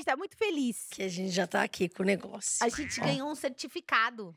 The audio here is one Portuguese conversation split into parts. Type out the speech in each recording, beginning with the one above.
tá muito feliz. Que a gente já tá aqui com o negócio. A gente ganhou um certificado.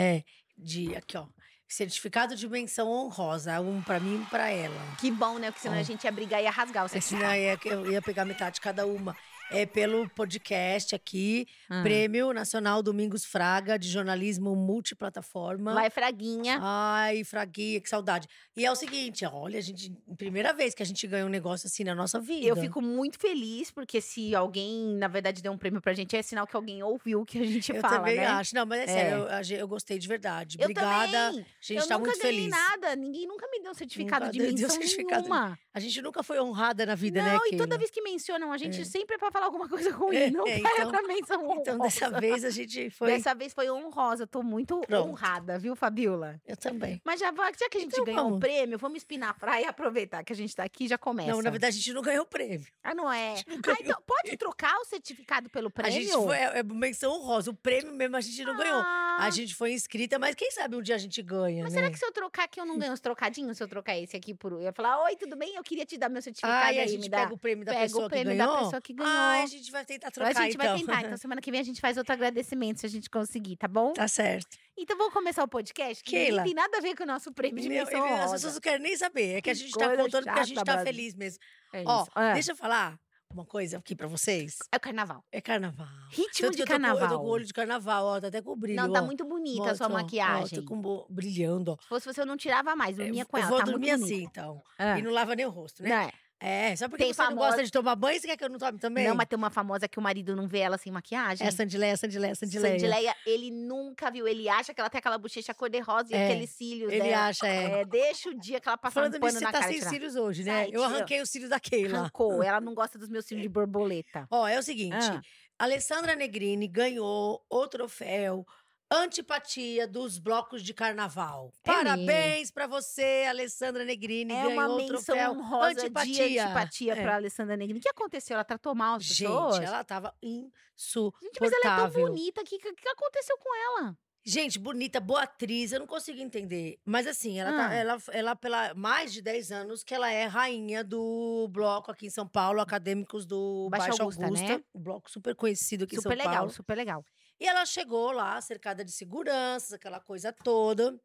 Aqui, ó. Certificado de menção honrosa. Um pra mim e um pra ela. Que bom, né? Porque senão a gente ia brigar e ia rasgar o certificado. Senão eu ia pegar metade de cada uma. É pelo podcast aqui, Prêmio Nacional Domingos Fraga, de jornalismo multiplataforma. Vai, Fraguinha. Ai, Fraguinha, que saudade. E é o seguinte, olha, primeira vez que a gente ganha um negócio assim na nossa vida. Eu fico muito feliz, porque se alguém, na verdade, deu um prêmio pra gente, é sinal que alguém ouviu o que a gente fala, né? Eu também acho. Não, mas é sério, eu gostei de verdade. Obrigada. Também. A gente tá muito feliz. Eu nunca ganhei nada, ninguém nunca me deu um certificado de menção nenhuma. A gente nunca foi honrada na vida, né, Não, Keila? e toda vez que mencionam a gente, sempre é pra falar alguma coisa ruim, não pega pra menção honrosa. Então, dessa vez a gente foi… Dessa vez foi honrosa, tô muito honrada, viu, Fabiola? Eu também. Mas já que a gente ganhou um prêmio, vamos espinafrar e aproveitar que a gente tá aqui e já começa. Não, na verdade a gente não ganhou o prêmio. Ah, não é? Então, pode trocar o certificado pelo prêmio? A gente foi, menção honrosa, o prêmio mesmo a gente não ganhou. A gente foi inscrita, mas quem sabe um dia a gente ganha, Mas né? será que se eu trocar aqui eu não ganho os trocadinhos? Se eu trocar esse aqui por… Eu ia falar, oi, tudo bem? Eu queria te dar meu certificado aí, a gente pega o prêmio da pessoa que ganhou? Da pessoa que ganhou. Ai, a gente vai tentar trocar, então. A gente vai tentar. Então, semana que vem a gente faz outro agradecimento, se a gente conseguir, tá bom? Tá certo. Então, vamos começar o podcast? Que não tem nada a ver com o nosso prêmio de menção honrosa. As pessoas não querem nem saber. É que a gente tá contando porque a gente tá feliz mesmo. Deixa eu falar uma coisa aqui pra vocês. É o carnaval. É carnaval. Ritmo de carnaval. Eu tô com o olho de carnaval, ó. Tá até com o brilho. Não, tá muito bonita a sua maquiagem. Tô com brilhando, ó. Se fosse você, eu não tirava mais. Dormia com ela, tá muito bonita. Eu vou dormir assim, então. E não lava nem o rosto, né? Não só porque você não gosta de tomar banho, você quer que eu não tome também? Não, mas tem uma famosa que o marido não vê ela sem maquiagem. É Sandileia. Sandileia, ele nunca viu. Ele acha que ela tem aquela bochecha cor-de-rosa e aqueles cílios ele dela. acha, deixa o dia que ela passar um pano na cara. Você tá sem cílios hoje, né? Eu arranquei os cílios da Keila. Arrancou. Ela não gosta dos meus cílios de borboleta. É o seguinte. Alessandra Negrini ganhou o troféu Antipatia dos blocos de carnaval. Parabéns pra você, Alessandra Negrini. Ganhou o troféu honrosa de antipatia pra Alessandra Negrini. O que aconteceu? Ela tratou mal as pessoas? Gente, ela tava insuportável. Gente, mas ela é tão bonita. O que aconteceu com ela? Gente, bonita, boa atriz, eu não consigo entender. Mas assim, ela pela mais de 10 anos que ela é rainha do bloco aqui em São Paulo, Acadêmicos do Baixo Augusta. Né? Um bloco super conhecido aqui em São Paulo. Super legal. E ela chegou lá, cercada de seguranças, aquela coisa toda.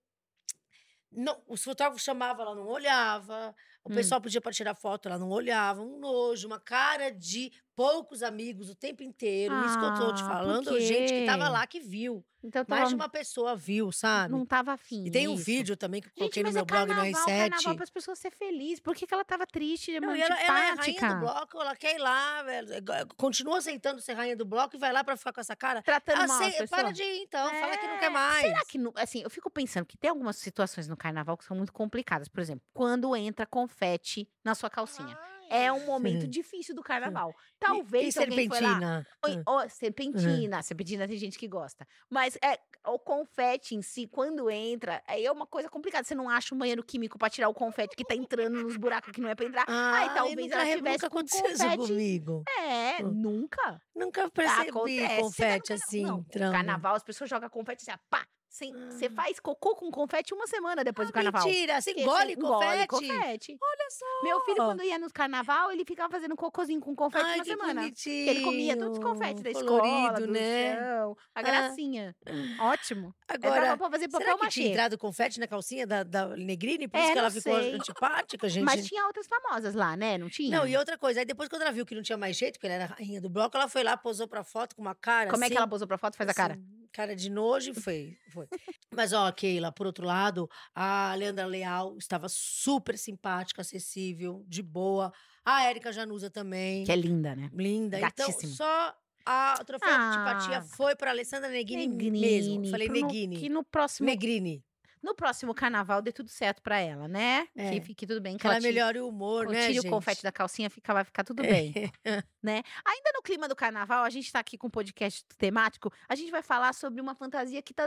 Não, os fotógrafos chamavam, ela não olhava. O pessoal pedia pra tirar foto, ela não olhava. Um nojo, uma cara de poucos amigos o tempo inteiro. Isso que eu tô te falando, gente que tava lá que viu. Então, mais de uma pessoa viu, sabe? Não tava afim. E tem um vídeo também que eu coloquei no meu blog no R7. Carnaval para as pessoas ser felizes. Por que ela tava triste? Não, ela é rainha do bloco, ela quer ir lá, continua aceitando ser rainha do bloco e vai lá pra ficar com essa cara. Tratando mal as pessoas. Para de ir, então. Fala que não quer mais. Será que, assim, eu fico pensando que tem algumas situações no carnaval que são muito complicadas. Por exemplo, quando entra confete na sua calcinha. É um momento difícil do carnaval. Talvez e serpentina. Serpentina. Serpentina tem gente que gosta. Mas o confete em si, quando entra, é uma coisa complicada. Você não acha um banheiro químico pra tirar o confete que tá entrando nos buracos que não é pra entrar. Aí talvez ela tivesse com confete. Isso comigo. Nunca. Nunca percebi confete assim entrando. No carnaval, as pessoas jogam confete assim, pá. Você faz cocô com confete uma semana depois do carnaval. Mentira, você engole confete. Olha só. Meu filho, quando ia nos carnaval, ele ficava fazendo cocôzinho com confete uma semana. Bonitinho. Ele comia todos os confetes da colorido, escola, né? Chão, a gracinha. Ótimo. Agora, pra fazer papel será que machê. tinha entrado confete na calcinha da Negrini? Por isso que ela ficou antipática, gente? Mas tinha outras famosas lá, né? Não tinha? Não, e outra coisa. Aí depois, quando ela viu que não tinha mais jeito, porque ela era a rainha do bloco, ela foi lá, posou pra foto com uma cara Como é que ela posou pra foto? Faz a cara. Cara de nojo e foi. Mas, Keila, por outro lado, a Leandra Leal estava super simpática, acessível, de boa. A Érica Januza também. Que é linda, né? Linda. Gatíssima. Então, só o troféu de antipatia foi para Alessandra Negrini mesmo. Falei Negrini. Que no próximo… Negrini. No próximo carnaval dê tudo certo pra ela, né? Que fique tudo bem. Que ela melhore o humor, né, gente? Tire o confete da calcinha, vai ficar tudo bem, né? Ainda no clima do carnaval, a gente tá aqui com um podcast temático, a gente vai falar sobre uma fantasia que tá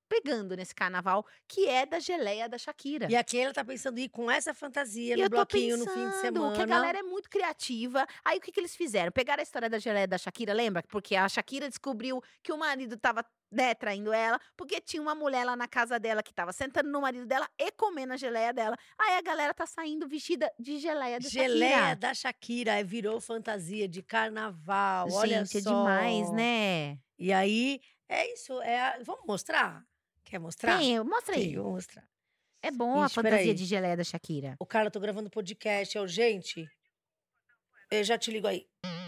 pegando nesse carnaval, que é da geleia da Shakira. E aqui ela tá pensando em ir com essa fantasia E no eu tô bloquinho no fim de pensando semana. que a galera é muito criativa. Aí o que eles fizeram? Pegaram a história da geleia da Shakira, lembra? Porque a Shakira descobriu que o marido tava, né, traindo ela, porque tinha uma mulher lá na casa dela que tava sentando no marido dela e comendo a geleia dela. Aí a galera tá saindo vestida de geleia da Geleia Shakira. da Shakira virou fantasia de carnaval. Olha Gente, é só. demais, né? E aí, é isso. Vamos mostrar? Quer mostrar? Mostra aí. Sim, vou mostrar. É bom a Ixi, fantasia peraí. de geleia da Shakira. O cara, eu tô gravando podcast. Gente, eu já te ligo aí.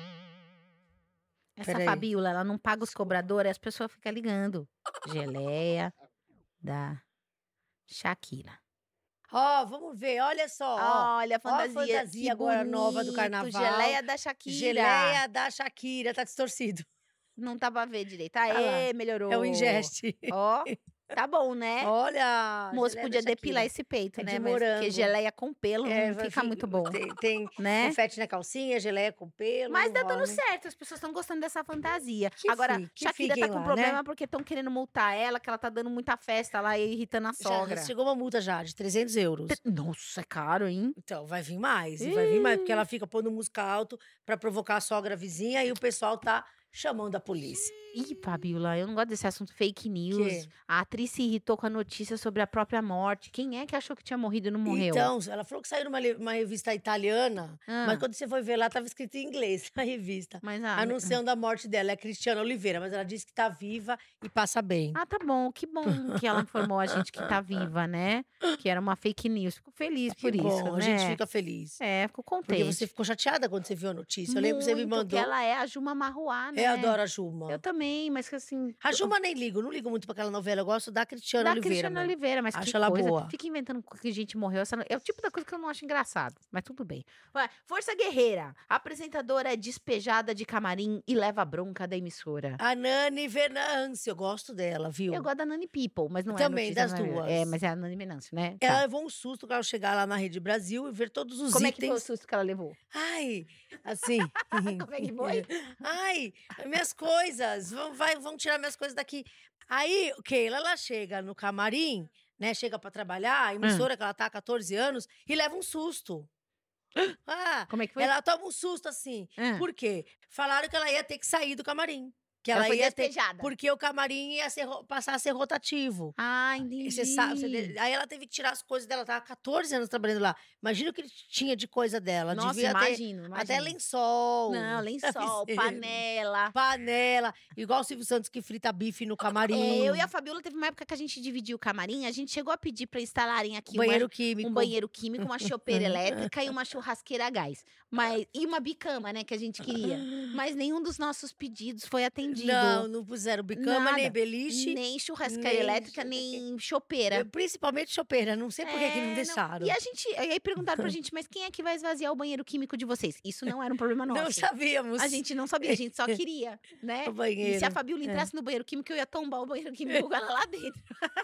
Essa Peraí. Fabiola, ela não paga os cobradores, as pessoas ficam ligando. Geleia da Shakira. Ó, vamos ver. Olha só. Ó. Olha a fantasia, fantasia que agora bonito, nova do carnaval. Geleia da Shakira. Geleia da Shakira. Tá distorcido. Não dá pra ver direito. lá. Aê, melhorou. É o ingeste. Ó, tá bom, né? Olha. O moço geleia podia da Shakira. depilar esse peito, É né? de Mas porque morango. geleia com pelo não vai fica muito bom, Tem né? confete na calcinha, geleia com pelo. Mas não tá dando rola. certo, as pessoas estão gostando dessa fantasia. Que Agora, que Shakira fiquem tá com lá, problema né? porque estão querendo multar ela, que ela tá dando muita festa lá e irritando a sogra. Já chegou uma multa já, de 300 euros. Nossa, é caro, hein? Então, vai vir mais. E vai vir mais, porque ela fica pondo música alto pra provocar a sogra vizinha e o pessoal tá chamando a polícia. Ih, Fabiola, eu não gosto desse assunto fake news. Que? A atriz se irritou com a notícia sobre a própria morte. Quem é que achou que tinha morrido e não morreu? Então, ela falou que saiu numa revista italiana, Ah. mas quando você foi ver lá, tava escrito em inglês na revista. Mas, Anunciando a morte dela. É Cristiana Oliveira, mas ela disse que tá viva e passa bem. tá bom. Que bom que ela informou a gente que tá viva, né? Que era uma fake news. Fico feliz por Que isso, bom, né? a gente fica feliz. Fico Porque contente. você ficou chateada quando você viu a notícia. Eu lembro que você me Muito, mandou. que ela é a Juma Marruá, né? Eu adoro a Juma. Eu também, mas que assim... A Juma nem ligo, não ligo muito pra aquela novela. Eu gosto da Cristiana Da Oliveira. Cristiana mesmo. Oliveira, mas Acho que ela coisa. boa. Fica inventando que gente morreu. É o tipo da coisa que eu não acho engraçado, mas tudo bem. Vai, Força Guerreira. A apresentadora é despejada de camarim e leva bronca da emissora. A Nani Venâncio, eu gosto dela, viu? Eu gosto da Nani People, mas não Também, é notícia, das não é- duas. É, mas é a Nani Venâncio, né? Ela Tá. levou um susto quando ela chegar lá na Rede Brasil e ver todos os Como é que foi o itens. susto que ela levou? Ai, assim. Como é que foi? Ai, minhas coisas. Vão tirar minhas coisas daqui. Aí, Keila, ela chega no camarim, né? Chega pra trabalhar, a emissora que ela tá há 14 anos, e leva um susto. Ah, Como é que foi? ela toma um susto assim. Ah. Por quê? Falaram que ela ia ter que sair do camarim. Que Ela ela foi ia ter. despejada. Porque o camarim ia passar a ser rotativo. Ah, E entendi. você sabe, aí ela teve que tirar as coisas dela, ela tava há 14 anos trabalhando lá. Imagina o que ele tinha de coisa dela. Nossa, devia imagino, ter até imagino. lençol. Não, lençol, travesseiro, panela. Panela. Igual o Silvio Santos que frita bife no camarim. Eu e a Fabiola teve uma época que a gente dividiu o camarim, a gente chegou a pedir pra instalarem aqui Banheiro químico. um banheiro químico, uma chopeira elétrica e uma churrasqueira a gás. E uma bicama, né, que a gente queria. Mas nenhum dos nossos pedidos foi atendido. Não puseram bicama, nem Nada. beliche. Nem churrasqueira nem- elétrica, nem chopeira. Principalmente chopeira. Não sei por que que não não. deixaram. E aí perguntaram pra gente, mas quem é que vai esvaziar o banheiro químico de vocês? Isso não era um problema nosso. Não sabíamos. A gente não sabia, a gente só queria, né? O banheiro. E se a Fabiola entrasse no banheiro químico, eu ia tombar o banheiro químico com ela lá dentro.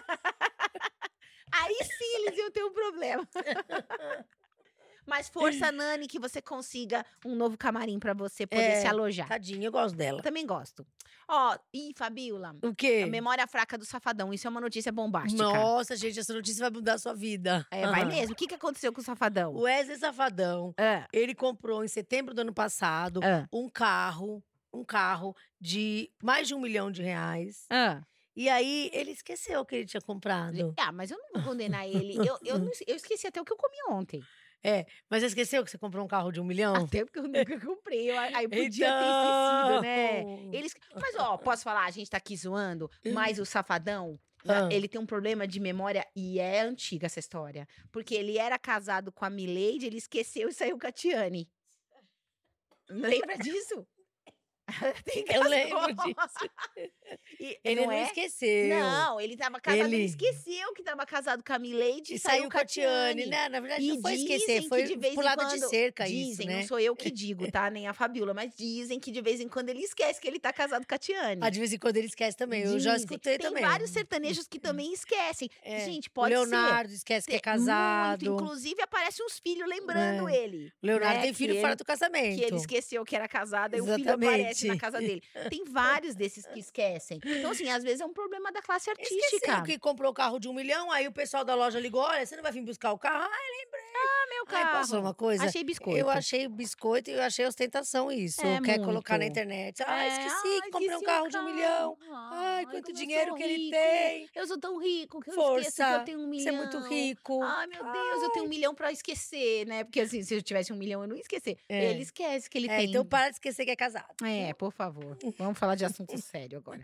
Aí sim eles iam ter um problema. Mas força, Nani, que você consiga um novo camarim pra você poder se alojar. Tadinha, eu gosto dela. Eu também gosto. Ó, Fabiola, O quê? a memória fraca do Safadão. Isso é uma notícia bombástica. Nossa, gente, essa notícia vai mudar a sua vida. Vai mesmo. O que aconteceu com o Safadão? O Wesley Safadão, Ah, ele comprou em setembro do ano passado ah, um carro de mais de R$1 milhão. ah. E aí, ele esqueceu que ele tinha comprado. Mas eu não vou condenar ele. Eu esqueci até o que eu comi ontem. Mas você esqueceu que você comprou um carro de R$1 milhão? Até porque eu nunca comprei. Aí podia ter esquecido, né? Então. Mas, ó, posso falar? A gente tá aqui zoando, mas o Safadão, Ah. ele tem um problema de memória e é antiga essa história. Porque ele era casado com a Milady, ele esqueceu e saiu com a Tiane. Lembra disso? Tem Eu casou. lembro disso. Ele não é? esqueceu. Não, ele tava casado, ele Ele- esqueceu que tava casado com a Milady E saiu com a Tiane, né? Na verdade, não foi esquecer, foi de vez em pulada de quando- cerca dizem, isso, né? não sou eu que digo, tá? Nem a Fabiola, mas dizem que de vez em quando ele esquece que ele tá casado com a Tiane. Ah, de vez em quando ele esquece também. Eu já Dizem. escutei Tem também. vários sertanejos que também esquecem. É. Gente, O pode Leonardo esquece ser. que é casado. Muito. Inclusive, aparecem uns filhos lembrando ele. O Leonardo né? tem filho que fora ele, do casamento. que ele esqueceu que era casado e o filho Exatamente. aparece na casa dele. Tem vários desses que esquecem. Então, assim, às vezes é um problema da classe Esqueceu artística. que comprou o carro de 1 milhão, aí o pessoal da loja ligou, olha, você não vai vir buscar o carro? Meu Ai, posso falar carro. uma coisa? Achei biscoito. Eu achei biscoito e eu achei ostentação isso. É Quer colocar na muito. internet. Ai, Que comprei um esqueci o carro de 1 milhão. Ai, como quanto eu dinheiro sou que ele rico. tem. Eu sou tão rico que eu esqueço que Força, eu tenho 1 você é muito milhão. rico. Ai, meu Deus, eu tenho 1 milhão pra esquecer, né? Porque assim, se eu tivesse 1 milhão, eu não ia esquecer. É. Ele esquece que ele É, tem. então para de esquecer que é casado. É, por favor. Vamos falar de assunto sério agora.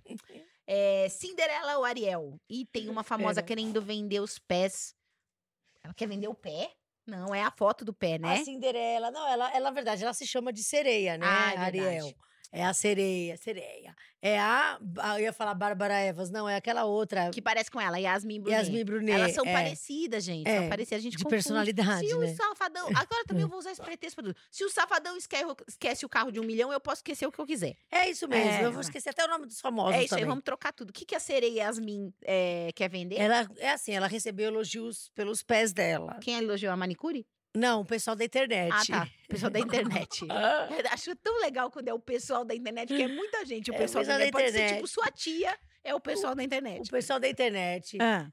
Cinderela ou Ariel? E tem uma famosa Pera. querendo vender os pés. Ela quer vender o pé? Não, é a foto do pé, A né? Cinderela, não, ela, na verdade, ela se chama de sereia, né, Ah, é Ariel? verdade. É a sereia. É eu ia falar Bárbara Evas, não, é aquela outra, Que parece com ela, Yasmin Brunet. Yasmin Brunet. Elas são é. parecidas, gente. É, São parecidas. A gente de confunde. personalidade, Se o né? safadão. Agora também eu vou usar esse pretexto pra tudo. Se o safadão esquece o carro de 1 milhão, eu posso esquecer o que eu quiser. É isso mesmo, É, eu vou mas- esquecer até o nome dos famosos É isso também. aí, vamos trocar tudo. O que a sereia Yasmin quer vender? Ela é assim, ela recebeu elogios pelos pés dela. Quem elogiou a manicure? Não, o pessoal da internet. Ah, tá. O pessoal da internet. Ah, Eu acho tão legal quando é o pessoal da internet, porque é muita gente. O É, o pessoal da pessoal da internet. Pode ser internet. tipo sua tia, é o pessoal da o internet. pessoal da internet Ah.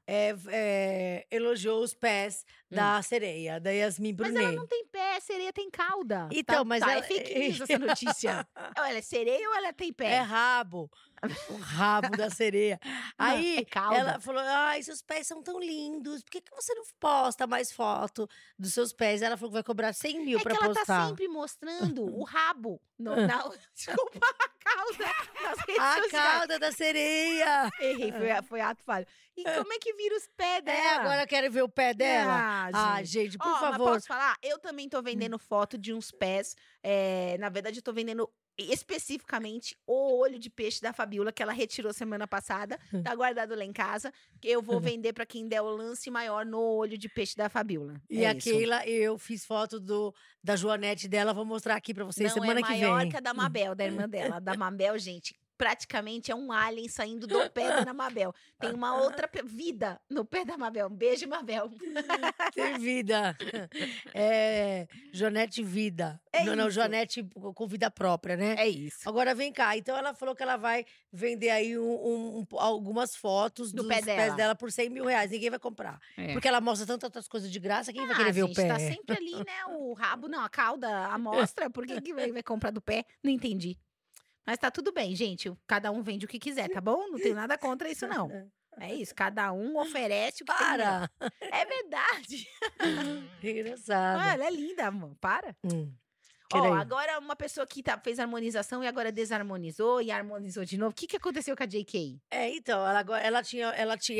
elogiou os pés da sereia, da Yasmin Mas Brunet. ela não tem pé, sereia tem cauda. Então, tá, mas tá, ela- é fake news essa notícia. Ou ela é sereia ou ela tem pé? É rabo. O rabo da sereia. Aí é cauda. ela falou: ai, seus pés são tão lindos. Por que você não posta mais foto dos seus pés? Ela falou que vai cobrar 100 mil É pra que ela postar. tá sempre mostrando o rabo. Desculpa, a cauda nas redes A sociais. cauda da sereia. Errei, foi ato falho. E como é que vira os pés dela? É, agora quero ver o pé dela. Ah, gente, por Ó, mas favor. posso falar? Eu também tô vendendo foto de uns pés. Na verdade, eu tô vendendo especificamente o olho de peixe da Fabiola, que ela retirou semana passada. Tá guardado lá em casa. Que eu vou vender pra quem der o lance maior no olho de peixe da Fabiola. E É a isso. Keila, eu fiz foto da Joanete dela, vou mostrar aqui pra vocês Não semana é que maior vem. que a da Mabel, da irmã dela. A da Mabel, gente, praticamente é um alien saindo do pé da Ana Mabel. Tem uma outra vida no pé da Mabel. Um beijo, Mabel. Tem vida. Joanete Vida. É não, isso. Joanete com vida própria, né? É isso. Agora vem cá. Então ela falou que ela vai vender aí algumas fotos Do dos pé pés dela. dela por 100 mil reais. Ninguém vai comprar. É. Porque ela mostra tantas outras coisas de graça, quem vai querer ver gente, o pé? tá sempre ali, né? O rabo, não, a cauda, a amostra. Por que vai comprar do pé? Não entendi. Mas tá tudo bem, gente. Cada um vende o que quiser, tá bom? Não tenho nada contra isso, não. É isso, cada um oferece o que tem. Para! É verdade. Engraçado. Ah, ela é linda, amor. Para. Quer Ó, aí? agora uma pessoa que fez harmonização e agora desarmonizou e harmonizou de novo. O que aconteceu com a JK? Então, ela tinha.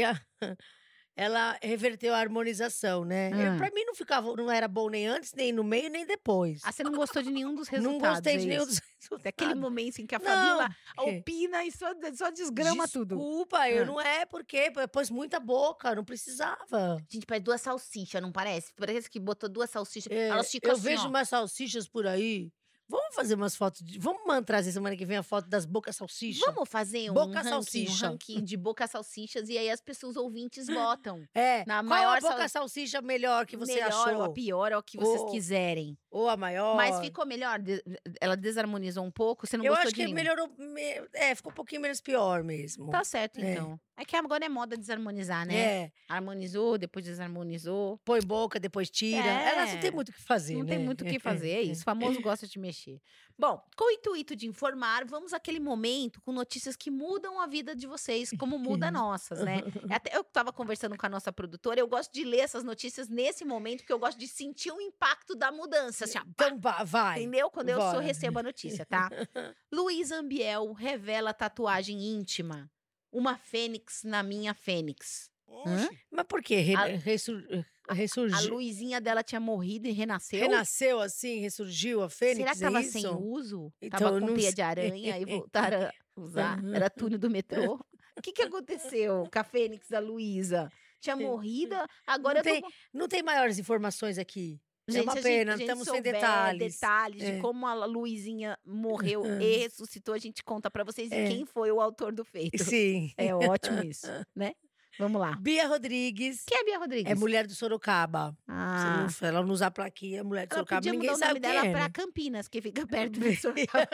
Ela reverteu a harmonização, né? Pra mim não era bom nem antes, nem no meio, nem depois. Ah, você não gostou de nenhum dos resultados? Não gostei de é nenhum isso? dos resultados. Daquele momento em que a Não, Fabiola porque- opina e só desgrama tudo. Desculpa, eu não é porque pôs muita boca, não precisava. Gente, parece 2 salsichas, não parece? Parece que botou 2 salsichas. É, Elas ficam eu assim, vejo ó. umas salsichas por aí. Vamos fazer umas fotos. Vamos trazer semana que vem a foto das bocas salsicha? Vamos fazer um Boca ranking, salsicha. um ranking de boca salsichas e aí as pessoas ouvintes votam. É. Na Qual maior a boca salsicha melhor que você melhor achou? ou a pior, ou a que vocês Ou- quiserem. Ou a maior? Mas ficou melhor? Ela desarmonizou um pouco? Você não Eu gostou acho de que nenhum? melhorou. Ficou um pouquinho menos pior mesmo. Tá certo, É. então. É que agora é moda desarmonizar, né? É. Harmonizou, depois desarmonizou. Põe boca, depois tira. É. Elas não tem muito o que fazer, Não né? tem muito o que fazer, é isso. O famoso gosta de mexer. Bom, com o intuito de informar, vamos àquele momento com notícias que mudam a vida de vocês, como muda a nossas, né? Até eu tava conversando com a nossa produtora, eu gosto de ler essas notícias nesse momento, porque eu gosto de sentir o impacto da mudança, assim, ó, pá, Então vai. entendeu? Quando eu bora. recebo a notícia, tá? Luísa Ambiel revela tatuagem íntima. Uma fênix na minha fênix. Hã? Mas por quê? A Ressurgiu. luzinha dela tinha morrido e renasceu? Renasceu assim, ressurgiu a fênix, Será que tava é isso? sem uso? Então, Tava eu com não teia sei. de aranha e voltaram a usar? Era túnel do metrô? O que aconteceu com a Fênix da Luísa? Tinha morrido, agora Não eu tô... Não tem maiores informações aqui. Gente, é uma se a pena, gente estamos sem souber detalhes. detalhes de É. como a Luizinha morreu e ressuscitou, a gente conta pra vocês e É. quem foi o autor do feito. Sim. É ótimo isso, né? Vamos lá. Bia Rodrigues. Quem é Bia Rodrigues? É mulher do Sorocaba. Ah, Se ela não usar plaquinha, mulher do ela Sorocaba, podia ninguém mudar o nome sabe quem dela é, pra né? Campinas, que fica perto de Sorocaba.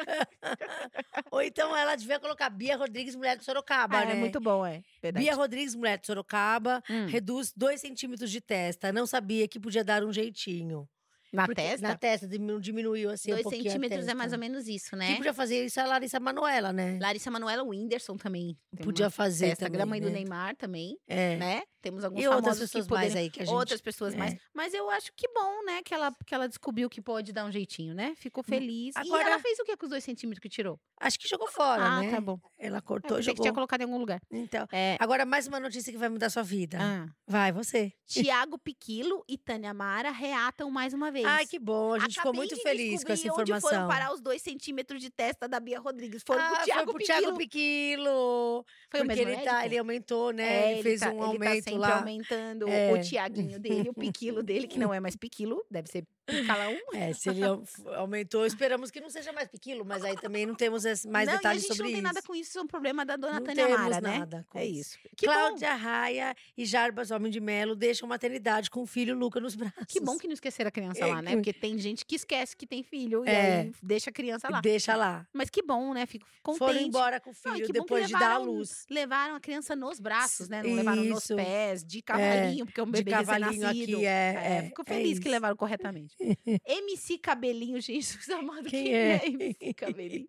Ou então ela devia colocar Bia Rodrigues, mulher do Sorocaba, né? É muito bom, é. Verdade. Bia Rodrigues, mulher de Sorocaba, Hum. reduz 2 centímetros de testa. Não sabia que podia dar um jeitinho. Na Porque testa? Na testa, diminuiu assim um 2 pouquinho a centímetros é mais testa. ou menos isso, Quem né? podia fazer isso é a Larissa Manoela, né? Larissa Manoela, o Whindersson também. Tem Podia uma fazer testa, também, a mãe do né? Neymar também, É. né? Temos alguns E outras famosos pessoas que mais poderiam... aí que a gente... Outras pessoas mais. É. Mas eu acho que bom, né? Que ela descobriu que pode dar um jeitinho, né? Ficou feliz. E Agora- ela fez o que com os 2 centímetros que tirou? Acho que jogou fora, Ah, né? tá bom. Ela Eu cortou e pensei que jogou. tinha colocado em algum lugar. Então, É, agora mais uma notícia que vai mudar sua vida. ah, Vai, você. Tiago Piquilo e Tânia Mara reatam mais uma vez. Ai, que bom. A gente ficou Acabei muito de feliz com essa descobrir onde informação. foram parar os 2 centímetros de testa da Bia Rodrigues. Foram pro Foi Tiago pro Thiago Piquilo. Piquilo. Foi o Porque mesmo ele, médico? ele aumentou, né? Ele fez um Ele tá aumento sempre lá. aumentando É. o Tiaguinho dele, o piquilo dele, que não é mais piquilo, deve ser picala 1. É, se ele aumentou, esperamos que não seja mais piquilo, mas aí também não temos mais Não, detalhes e a gente sobre não tem isso. nada com isso, é um problema da dona Não Tânia temos Mara, né? nada com É isso. isso. Que bom, Cláudia Raia e Jarbas Homem de Melo deixam maternidade com o filho Luca nos braços. que bom que não esqueceram a criança É, lá, né? que- Porque tem gente que esquece que tem filho e É. aí deixa a criança lá. Deixa lá. Mas que bom, né? Fico contente. Foram embora com o Não, e filho que bom que depois de dar à levaram- luz. Levaram a criança nos braços, né? Não levaram nos Isso. pés, de cavalinho, porque é um De bebê cavalinho recém-nascido. aqui, Fico é feliz que isso. levaram corretamente. MC Cabelinho, Jesus amado, Quem quem é? é MC Cabelinho?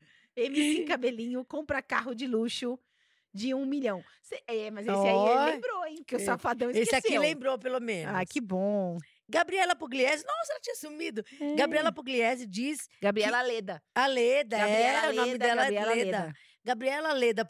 MC Cabelinho compra carro de luxo de 1 milhão. Mas esse aí Ó, ele lembrou, hein? Porque o é. safadão esqueceu. Esse aqui lembrou, pelo menos. Ah, que bom. Gabriela Pugliese, nossa, ela tinha sumido. É. Gabriela Pugliese diz, Gabriela Leda. a Leda, Gabriela o nome Leda, dela Gabriela é Leda. Leda. Gabriela Leda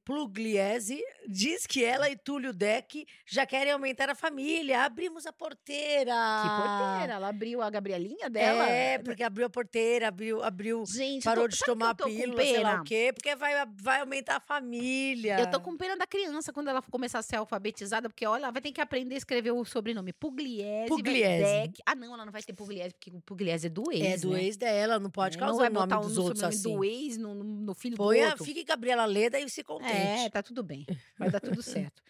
Pugliese diz que ela e Túlio Deck já querem aumentar a família. Abrimos a porteira. Que porteira. Ela abriu a Gabrielinha dela. É, porque abriu a porteira, abriu Gente, parou eu tô, de sabe que tomar eu tô com pílula, sei lá pena? o quê, porque vai aumentar a família. Eu tô com pena da criança quando ela começar a ser alfabetizada, porque olha, ela vai ter que aprender a escrever o sobrenome Pugliese. Pugliese. Deck. Ah, não, ela não vai ter Pugliese, porque o Pugliese é do ex. É do né? ex dela, não pode Não causar vai o nome botar dos o outros sobrenome assim. do ex no filho Põe do a, outro. fique Gabriela Leda e se contente. É, tá tudo bem. Vai dar tudo certo.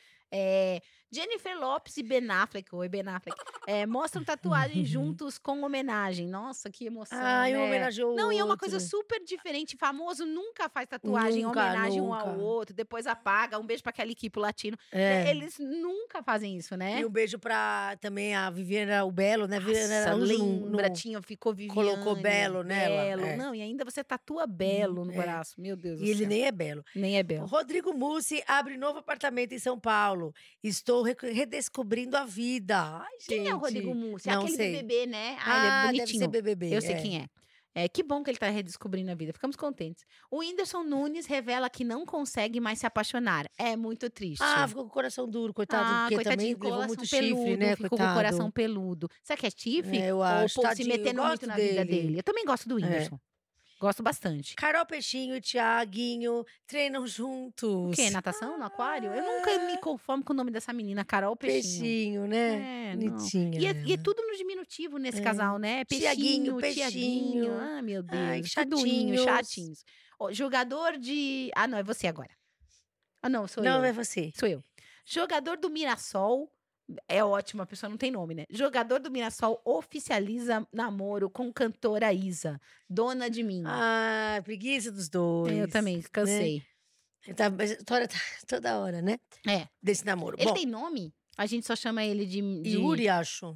Jennifer Lopes e Ben Affleck, oi Ben Affleck, mostram tatuagem juntos com homenagem. Nossa, que emoção, Ai, né? um homenageou o Não, e é uma outro. coisa super diferente. Famoso nunca faz tatuagem em Nunca, homenagem um ao nunca. outro, depois apaga. Um beijo pra Kelly Key, pro latino. É. Eles nunca fazem isso, né? E um beijo pra também a Viviana o Belo, né? Viviana Nossa, Araújo lembra, ficou Viviane. colocou Belo nela, Belo. é. Não, e ainda você tatua Belo no É. braço. Meu Deus do E ele céu. nem é belo. Nem é Belo. Rodrigo Mussi abre novo apartamento em São Paulo. Estou redescobrindo a vida. Ai, Quem é o gente. Rodrigo Mussi? Não Aquele sei. BBB, né? Ah, ele é deve bonitinho. ser BBB. Eu sei quem é. Que bom que ele tá redescobrindo a vida. Ficamos contentes. O Whindersson Nunes revela que não consegue mais se apaixonar. É muito triste. Ah, ficou com o coração duro, coitado. Porque também coitadinho, levou coração muito peludo, chifre, né, ficou com o coitado. coração peludo. Será que é chifre? É, eu Ou acho, o povo se tadinho, metendo eu muito gosto na vida dele. dele? Eu também gosto do Whindersson. Gosto bastante. Carol Peixinho e Tiaguinho treinam juntos. O quê? Natação no aquário? Eu nunca me conformo com o nome dessa menina, Carol Peixinho. Peixinho, né? Não. Bonitinha. E é tudo no diminutivo nesse casal, né? Tiaguinho, Peixinho, Peixinho. Tiaguinho. Ah, meu Deus. Ai, Tudoinho, chatinhos. chatinhos. Ó, jogador de... Ah, não, é você agora. Ah, não, sou Não, eu. é você. Sou eu. Jogador do Mirassol... É ótimo, a pessoa não tem nome, né? Jogador do Mirassol oficializa namoro com cantora Isa, dona de mim. Ah, preguiça dos dois. Eu também, cansei. Mas a história tá toda hora, né? É. Desse namoro. Ele Bom, tem nome? A gente só chama ele de... Yuri, acho.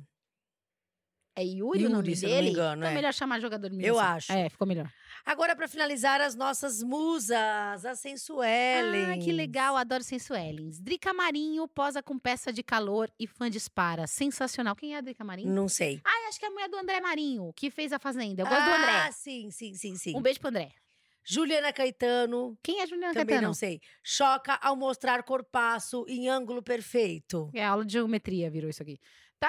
É Yuri o nome Yuri, se eu não me dele? engano, Então é é. melhor chamar jogador do Eu Mirassol. acho. É, ficou melhor. Agora, pra finalizar, as nossas musas, a Sensuelen. Ah, que legal, adoro Sensuelens. Drica Marinho posa com peça de calor e fã dispara. Sensacional. Quem é a Drica Marinho? Não sei. Ah, acho que é a mulher do André Marinho, que fez a Fazenda. Eu gosto do André. Ah, sim. Um beijo pro André. Juliana Caetano, Quem é a Juliana também Caetano? não sei. Choca ao mostrar corpaço em ângulo perfeito. É aula de geometria, virou isso aqui.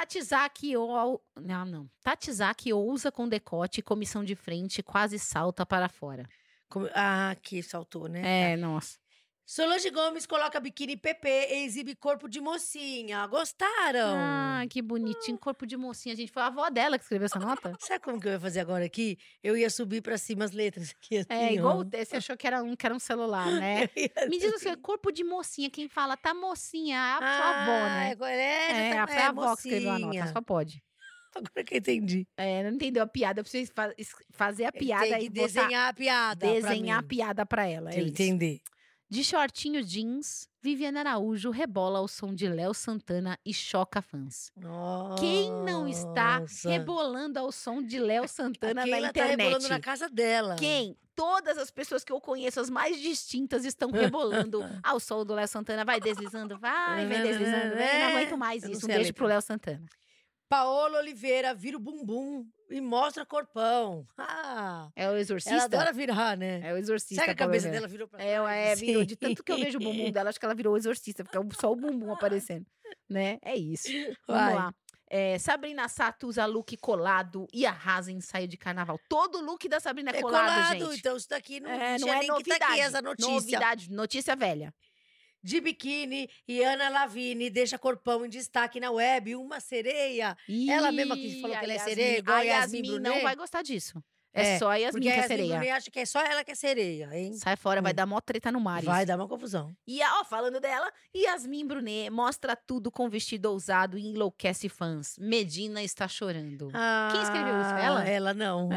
Tati Zaki ousa com decote e comissão de frente quase salta para fora. Ah, que saltou, né? Nossa. Solange Gomes coloca biquíni PP e exibe corpo de mocinha. Gostaram? Ah, que bonitinho, corpo de mocinha. Gente, foi a avó dela que escreveu essa nota? Sabe como que eu ia fazer agora aqui? Eu ia subir pra cima as letras aqui, assim, É, igual ó. você achou que era um celular, né? Eu ia Me diz o subir. seu corpo de mocinha. Quem fala tá mocinha é a sua avó, né? Foi a avó que escreveu a nota, mocinha. só pode. Agora que eu entendi. É, não entendeu a piada, eu preciso fazer a piada Tem e que botar, desenhar a piada pra desenhar a mim. piada pra ela. Pra É eu isso. entender. De shortinho jeans, Viviane Araújo rebola ao som de Léo Santana e choca fãs. Quem não está Nossa. rebolando ao som de Léo Santana A na Keila tá internet? rebolando na casa dela. Quem? Todas as pessoas que eu conheço, as mais distintas, estão rebolando ao som do Léo Santana. Vai deslizando, vai deslizando. Vai. Eu não aguento mais Eu não isso. Um sei a beijo letra. pro Léo Santana. Paola Oliveira vira o bumbum e mostra corpão. Ah, É o ela exorcista? adora virar, né? É o exorcista. Será que a Paola cabeça Oliveira. dela virou pra trás? Virou. assim? De tanto que eu vejo o bumbum dela, acho que ela virou o exorcista, porque é só o bumbum aparecendo, né? É isso. Vamos Vai. lá. Sabrina Sato usa look colado e arrasa em ensaio de carnaval. Todo look da Sabrina é É colado, colado, gente. então isso daqui não, Não tinha é nem novidade. que tá aqui essa notícia. Novidade, notícia velha. De biquíni, e Ana Lavigne deixa corpão em destaque na web, uma sereia. Ela mesma que falou que ela é sereia, igual a Yasmin Brunet. não vai gostar disso. É só a Yasmin porque que a é Yasmin sereia. Brunet acha que é só ela que é sereia, hein? Sai fora, vai dar mó treta no mar. Vai isso. dar uma confusão. E, falando dela, Yasmin Brunet mostra tudo com vestido ousado e enlouquece fãs. Medina está chorando. Quem escreveu isso? Ela? Ela não.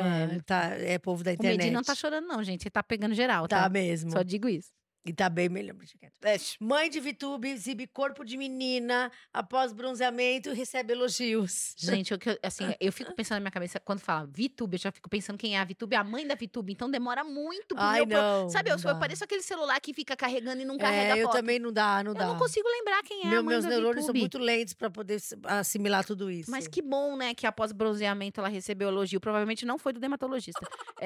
É povo da O internet. Medina não tá chorando, não, gente. Ele tá pegando geral, Tá tá? mesmo. Só digo isso. E tá bem melhor. Mãe de Vitube exibe corpo de menina após bronzeamento e recebe elogios. Gente, eu fico pensando na minha cabeça, quando fala Vitube, eu já fico pensando quem é a Vitube, a mãe da Vitube. Então demora muito pro Ai, meu... não. Sabe, não eu dá. pareço aquele celular que fica carregando e não carrega eu foto. também não dá. Eu não consigo lembrar quem é a mãe Meus da neurônios são Vitube. muito lentos pra poder assimilar tudo isso. Mas que bom, né, que após bronzeamento ela recebeu elogio. Provavelmente não foi do dermatologista.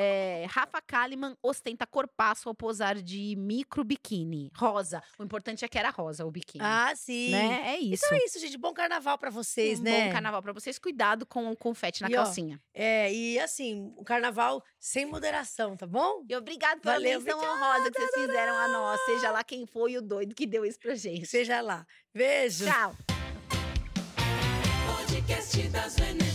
Rafa Kalimann ostenta corpaço ao posar de micro biquíni. Rosa. O importante é que era rosa o biquíni. Ah, sim. Né? É isso. Então é isso, gente. Bom carnaval pra vocês, né? Bom carnaval pra vocês. Cuidado com o confete na E, ó, calcinha. E assim, um carnaval sem moderação, tá bom? E obrigado pela Valeu, menção honrosa que vocês fizeram a nós. Seja lá quem foi o doido que deu isso pra gente. Seja lá. Beijo. Tchau. Podcast das Venenas.